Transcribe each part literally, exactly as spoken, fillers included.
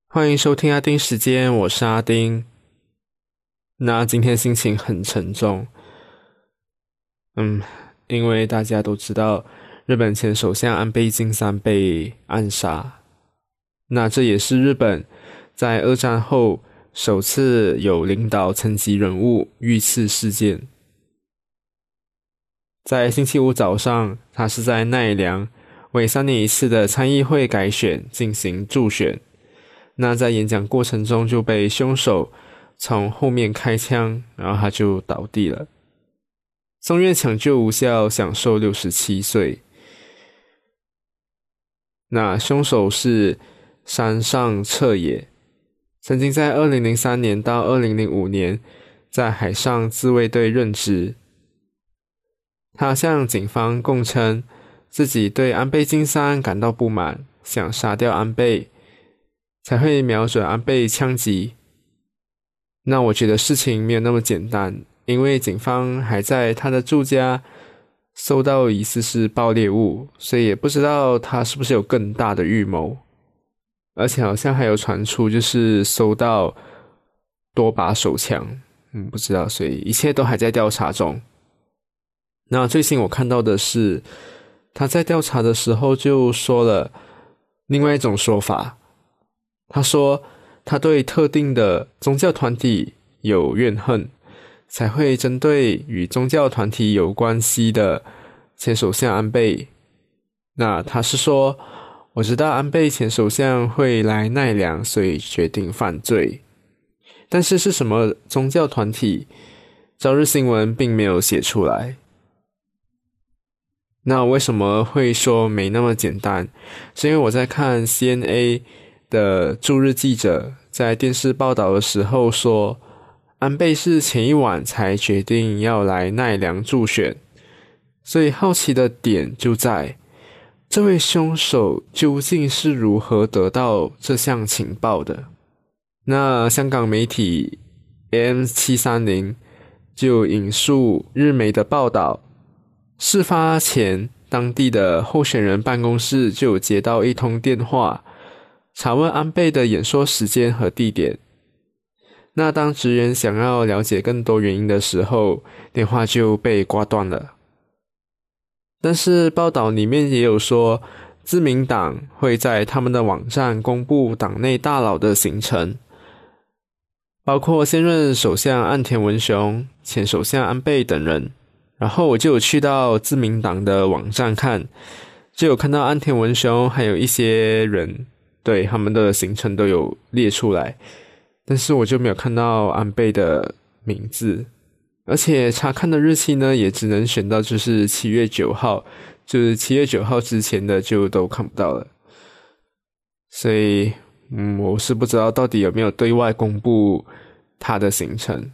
欢迎收听阿丁时间，我是阿丁。那今天心情很沉重，嗯，因为大家都知道日本前首相安倍晋三被暗杀，那这也是日本在二战后首次有领导层级人物遇刺事件。在星期五早上，他是在奈良为三年一次的参议会改选进行助选。那在演讲过程中就被凶手从后面开枪，然后他就倒地了。送院抢救无效，享受六十七岁。那凶手是山上彻也，曾经在二零零三年到二零零五年在海上自卫队任职。他向警方供称自己对安倍晋三感到不满，想杀掉安倍，才会瞄准安倍枪击。那我觉得事情没有那么简单，因为警方还在他的住家搜到疑似是爆裂物，所以也不知道他是不是有更大的预谋。而且好像还有传出就是搜到多把手枪，嗯，不知道，所以一切都还在调查中。那最新我看到的是，他在调查的时候就说了另外一种说法。他说他对特定的宗教团体有怨恨，才会针对与宗教团体有关系的前首相安倍。那他是说，我知道安倍前首相会来奈良，所以决定犯罪。但是是什么宗教团体，朝日新闻并没有写出来。那为什么会说没那么简单？是因为我在看 C N A 的驻日记者在电视报道的时候说，安倍是前一晚才决定要来奈良助选，所以好奇的点就在这位凶手究竟是如何得到这项情报的。那香港媒体 A M 七三零 就引述日媒的报道，事发前当地的候选人办公室就有接到一通电话，查问安倍的演说时间和地点。那当职员想要了解更多原因的时候，电话就被挂断了。但是报道里面也有说，自民党会在他们的网站公布党内大佬的行程，包括现任首相岸田文雄、前首相安倍等人。然后我就有去到自民党的网站看，就有看到岸田文雄还有一些人，对，他们的行程都有列出来，但是我就没有看到安倍的名字，而且查看的日期呢也只能选到就是七月九号，就是七月九号之前的就都看不到了。所以嗯，我是不知道到底有没有对外公布他的行程。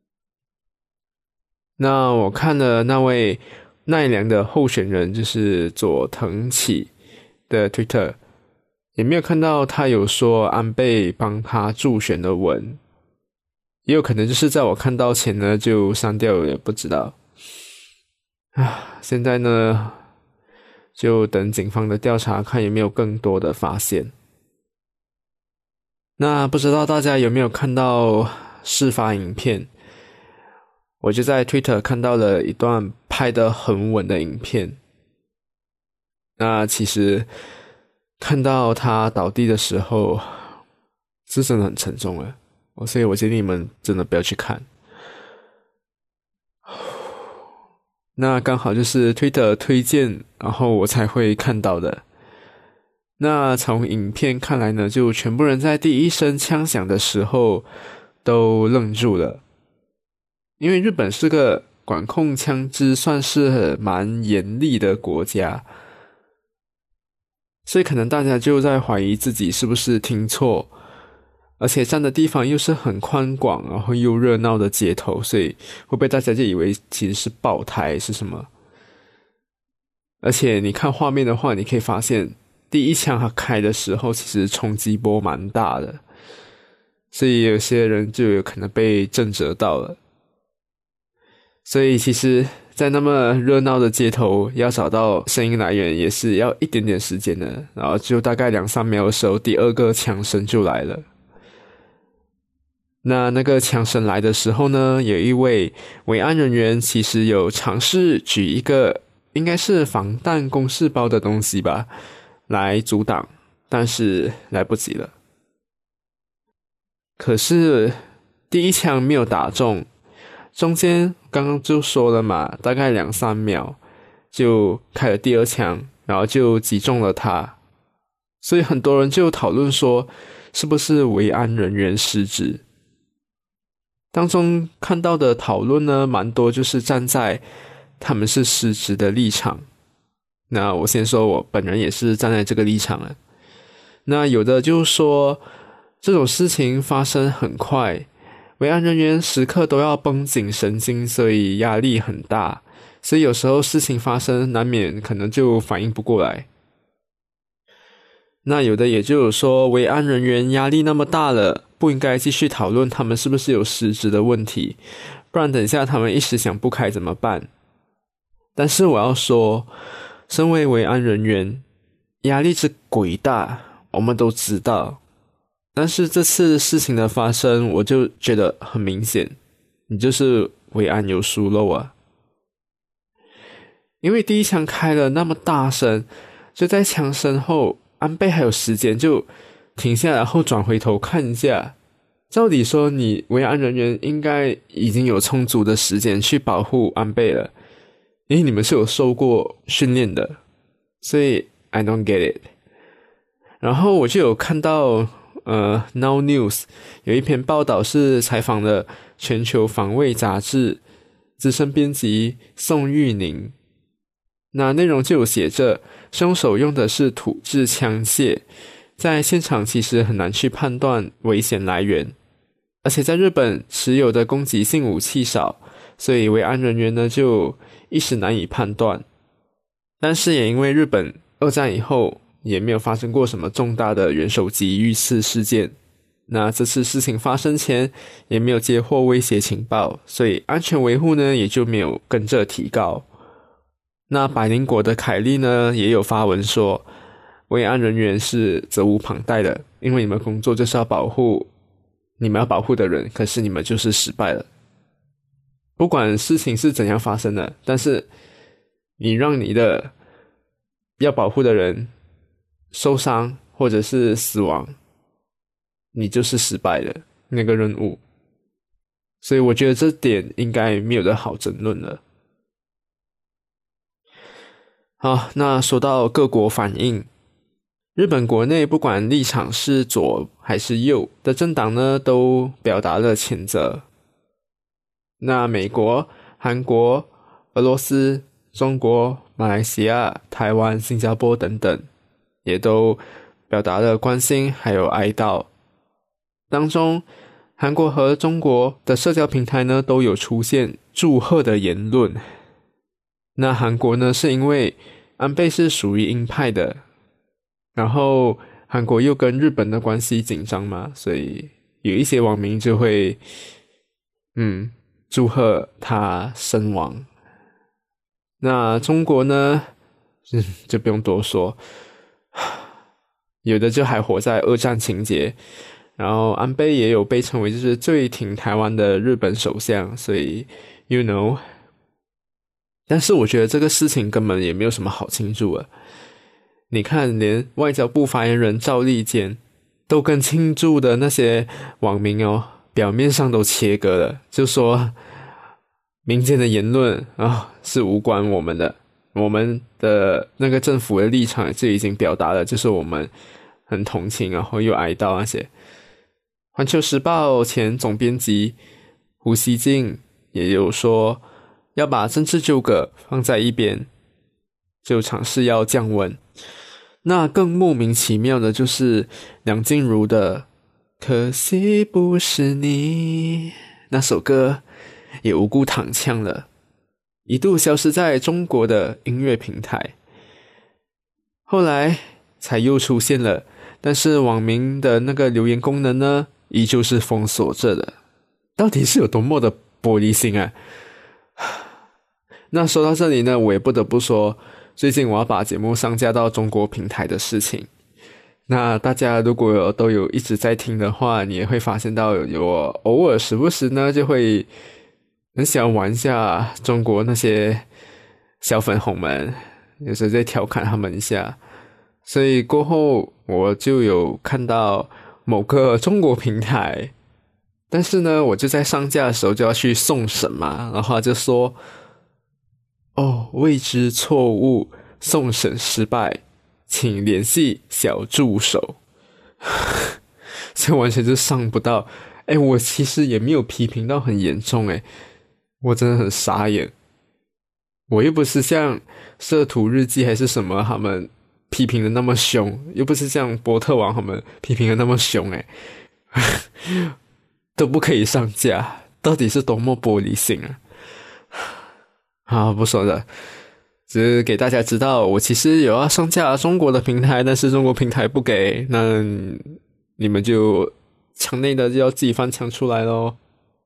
那我看了那位奈良的候选人就是佐藤启的 Twitter， 也没有看到他有说安倍帮他助选的文，也有可能就是在我看到前呢就删掉了，也不知道啊。现在呢就等警方的调查，看有没有更多的发现。那不知道大家有没有看到事发影片？我就在 Twitter 看到了一段拍得很稳的影片。那其实看到他倒地的时候是真的很沉重了，所以我建议你们真的不要去看。那刚好就是 Twitter 推荐，然后我才会看到的。那从影片看来呢，就全部人在第一声枪响的时候都愣住了。因为日本是个管控枪支算是蛮严厉的国家，所以可能大家就在怀疑自己是不是听错，而且站的地方又是很宽广然后又热闹的街头，所以会不会大家就以为其实是爆胎是什么。而且你看画面的话，你可以发现第一枪开的时候其实冲击波蛮大的，所以有些人就有可能被震折到了。所以其实在那么热闹的街头，要找到声音来源也是要一点点时间的。然后就大概两三秒的时候，第二个枪声就来了。那那个枪声来的时候呢，有一位维安人员其实有尝试举一个应该是防弹公事包的东西吧，来阻挡，但是来不及了。可是第一枪没有打中，中间刚刚就说了嘛，大概两三秒就开了第二枪，然后就击中了他。所以很多人就讨论说，是不是维安人员失职？当中看到的讨论呢，蛮多就是站在他们是失职的立场。那我先说我本人也是站在这个立场了。那有的就说这种事情发生很快，维安人员时刻都要绷紧神经，所以压力很大，所以有时候事情发生难免可能就反应不过来。那有的也就有说维安人员压力那么大了，不应该继续讨论他们是不是有失职的问题，不然等下他们一时想不开怎么办？但是我要说，身为维安人员，压力之鬼大，我们都知道。但是这次事情的发生，我就觉得很明显，你就是维安有疏漏啊。因为第一枪开了那么大声，就在枪声后，安倍还有时间就停下来后转回头看一下。照理说你维安人员应该已经有充足的时间去保护安倍了，因为你们是有受过训练的，所以 I don't get it。 然后我就有看到呃 Now News 有一篇报道是采访了全球防卫杂志资深编辑宋玉宁，那内容就有写着凶手用的是土制枪械，在现场其实很难去判断危险来源，而且在日本持有的攻击性武器少，所以维安人员呢就一时难以判断。但是也因为日本二战以后也没有发生过什么重大的元首级遇刺事件，那这次事情发生前也没有接获威胁情报，所以安全维护呢也就没有跟着提高。那百灵果的凯利呢也有发文说，维安人员是责无旁贷的，因为你们工作就是要保护你们要保护的人，可是你们就是失败了。不管事情是怎样发生的，但是你让你的要保护的人受伤或者是死亡，你就是失败了那个任务。所以我觉得这点应该没有得好争论了。好，那说到各国反应，日本国内不管立场是左还是右的政党呢，都表达了谴责。那美国、韩国、俄罗斯、中国、马来西亚、台湾、新加坡等等也都表达了关心还有哀悼。当中韩国和中国的社交平台呢都有出现祝贺的言论。那韩国呢是因为安倍是属于鹰派的，然后韩国又跟日本的关系紧张嘛，所以有一些网民就会嗯祝贺他身亡。那中国呢、嗯、就不用多说，有的就还活在二战情节，然后安倍也有被称为就是最挺台湾的日本首相，所以 you know。 但是我觉得这个事情根本也没有什么好庆祝了。你看连外交部发言人赵立坚都跟庆祝的那些网民哦表面上都切割了，就说民间的言论啊、哦、是无关我们的，我们的那个政府的立场就已经表达了，就是我们很同情然后又哀悼那些。环球时报前总编辑胡锡进也有说要把政治纠葛放在一边，就尝试要降温。那更莫名其妙的就是梁静茹的可惜不是你那首歌也无辜躺枪了，一度消失在中国的音乐平台，后来才又出现了，但是网民的那个留言功能呢依旧是封锁着的。到底是有多么的玻璃心啊！ 那说到这里呢，我也不得不说，最近我要把节目上架到中国平台的事情。那大家如果有都有一直在听的话，你也会发现到有我偶尔时不时呢就会很想玩一下中国那些小粉红们，有时在调侃他们一下。所以过后我就有看到某个中国平台，但是呢我就在上架的时候就要去送审嘛，然后他就说哦，未知错误，送审失败，请联系小助手。所以完全就上不到。诶，我其实也没有批评到很严重，诶，我真的很傻眼。我又不是像摄图日记还是什么他们批评的那么凶，又不是像波特王他们批评的那么凶，诶都不可以上架，到底是多么玻璃心啊。好，不说了，只是给大家知道我其实有要上架中国的平台，但是中国平台不给，那你们就墙内的就要自己翻墙出来咯。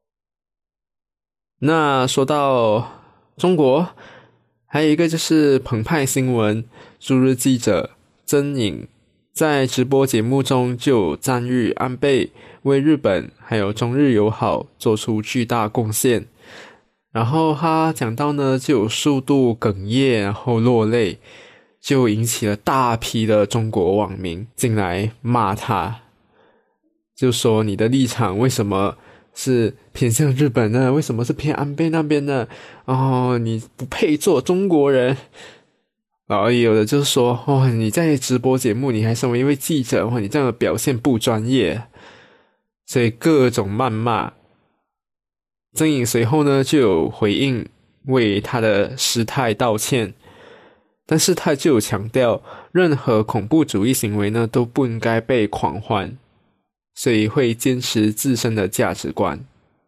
那说到中国，还有一个就是澎湃新闻驻日记者曾颖在直播节目中就赞誉安倍为日本还有中日友好做出巨大贡献。然后他讲到呢，就有数度哽咽，然后落泪，就引起了大批的中国网民进来骂他，就说你的立场为什么是偏向日本呢？为什么是偏安倍那边呢？哦，你不配做中国人。然后有的就说，哦，你在直播节目你还身为一位记者，哇，你这样的表现不专业，所以各种谩骂。曾颖随后呢就有回应，为他的失态道歉，但是他就有强调，任何恐怖主义行为呢都不应该被狂欢，所以会坚持自身的价值观。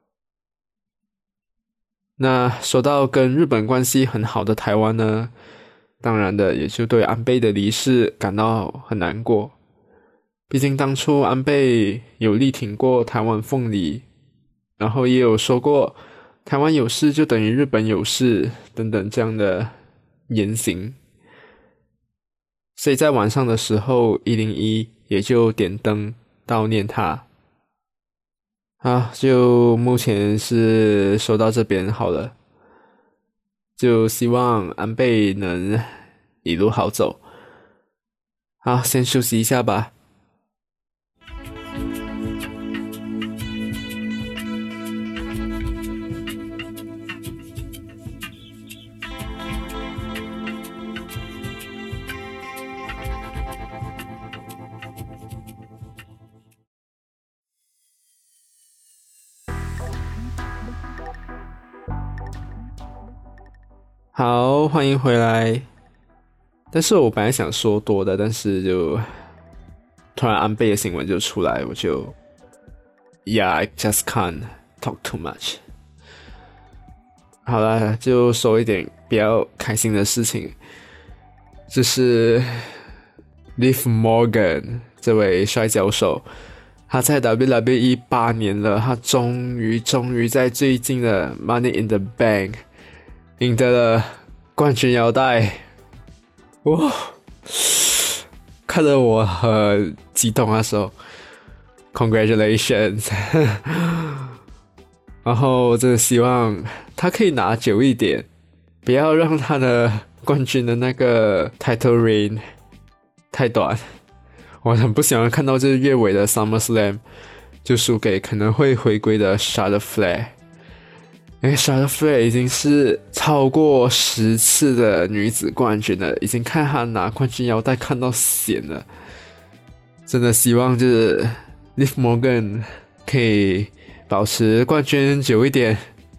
那说到跟日本关系很好的台湾呢，当然的也就对安倍的离世感到很难过，毕竟当初安倍有力挺过台湾凤梨，然后也有说过台湾有事就等于日本有事等等这样的言行，所以在晚上的时候一零一也就点灯悼念他。好，就目前是说到这边好了，就希望安倍能一路好走。好，先休息一下吧。好，欢迎回来。但是我本来想说多的，但是就突然安倍的新闻就出来，我就 Yeah, I just can't talk too much。 好了，就说一点比较开心的事情，就是 Liv Morgan 这位摔跤手，他在 W W E 八年了，他终于终于在最近的 Money in the Bank赢得了冠军腰带。哇，看得我很激动的时候 Congratulations 然后真的希望他可以拿久一点，不要让他的冠军的那个 title reign 太短。我很不喜欢看到这月尾的 SummerSlam 就输给可能会回归的 Charlotte Flair，因为 Charlotte Flair 已经是超过十次的女子冠军了，已经看她拿冠军腰带看到闲了。真的希望就是 Liv Morgan 可以保持冠军久一点。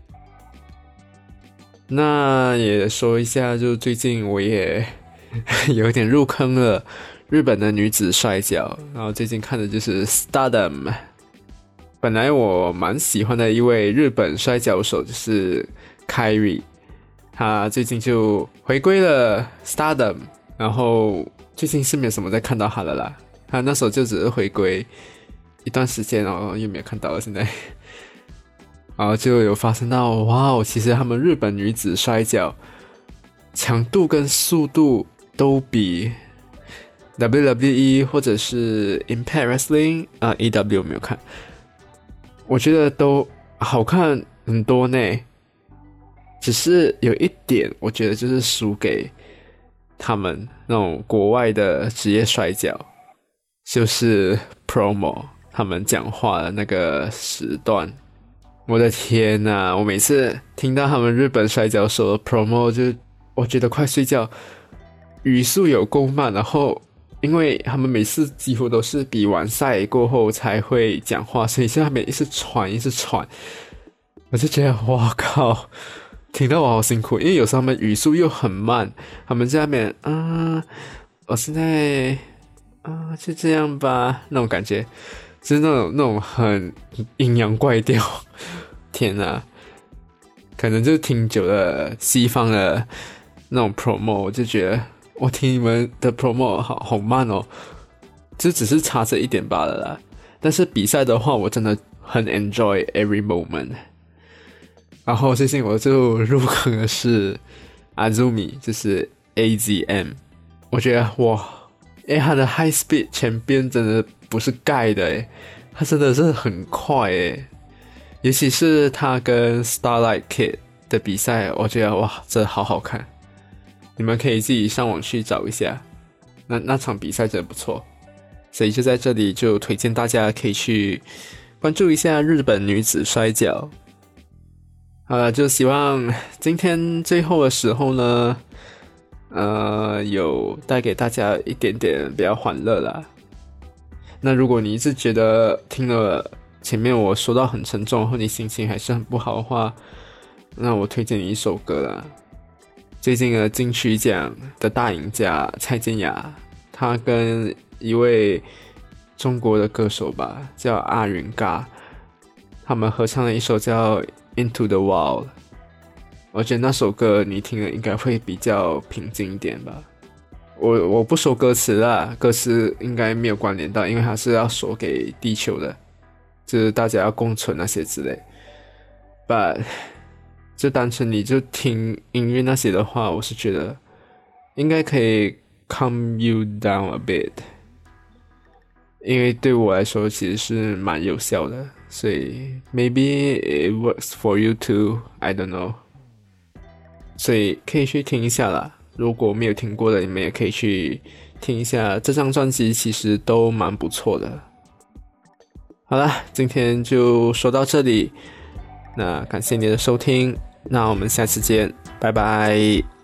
那也说一下，就最近我也有点入坑了日本的女子摔跤，然后最近看的就是 Stardom。本来我蛮喜欢的一位日本摔跤手就是 Kairi， 他最近就回归了 Stardom， 然后最近是没有什么在看到他了啦，他那时候就只是回归一段时间，然后又没有看到了现在。 然后就有发现到，哇哦，其实他们日本女子摔跤强度跟速度都比 W W E 或者是 Impact Wrestling 啊、呃、E W 没有看，我觉得都好看很多呢。只是有一点，我觉得就是输给他们那种国外的职业摔跤，就是 promo 他们讲话的那个时段。我的天哪，我每次听到他们日本摔跤手的 promo 就我觉得快睡觉，语速有够慢，然后因为他们每次几乎都是比完赛过后才会讲话，所以现在他们一直喘一直喘，我就觉得哇靠，听到我好辛苦，因为有时候他们语速又很慢，他们在那边啊，我现在啊就这样吧，那种感觉就是那种那种很阴阳怪调，天哪，可能就听久了西方的那种 promo， 我就觉得我听你们的 promo 好好慢哦，就只是差这一点罢了啦。但是比赛的话，我真的很 enjoy every moment。然后最近我就入坑的是 Azumi， 就是 A Z M， 我觉得哇，诶，他的 high speed 前边真的不是盖的诶，他真的是很快诶，尤其是他跟 Starlight Kid 的比赛，我觉得哇，这好好看，你们可以自己上网去找一下，那那场比赛真的不错，所以就在这里就推荐大家可以去关注一下日本女子摔跤。好了，就希望今天最后的时候呢，呃，有带给大家一点点比较欢乐啦。那如果你一直觉得听了前面我说到很沉重，然后你心情还是很不好的话，那我推荐你一首歌啦。最近的金曲奖的大赢家蔡健雅，她跟一位中国的歌手吧，叫阿云嘎，他们合唱了一首叫Into the Wild， 我觉得那首歌你听了应该会比较平静一点吧。我我不说歌词啦，歌词应该没有关联到，因为它是要说给地球的，就是大家要共存那些之类。But 就单纯你就听音乐那些的话，我是觉得应该可以 calm you down a bit， 因为对我来说其实是蛮有效的。所以 maybe it works for you too, I don't know。 所以可以去听一下啦，如果没有听过的你们也可以去听一下，这张专辑其实都蛮不错的。好啦，今天就说到这里，那感谢你的收听，那我们下次见，拜拜。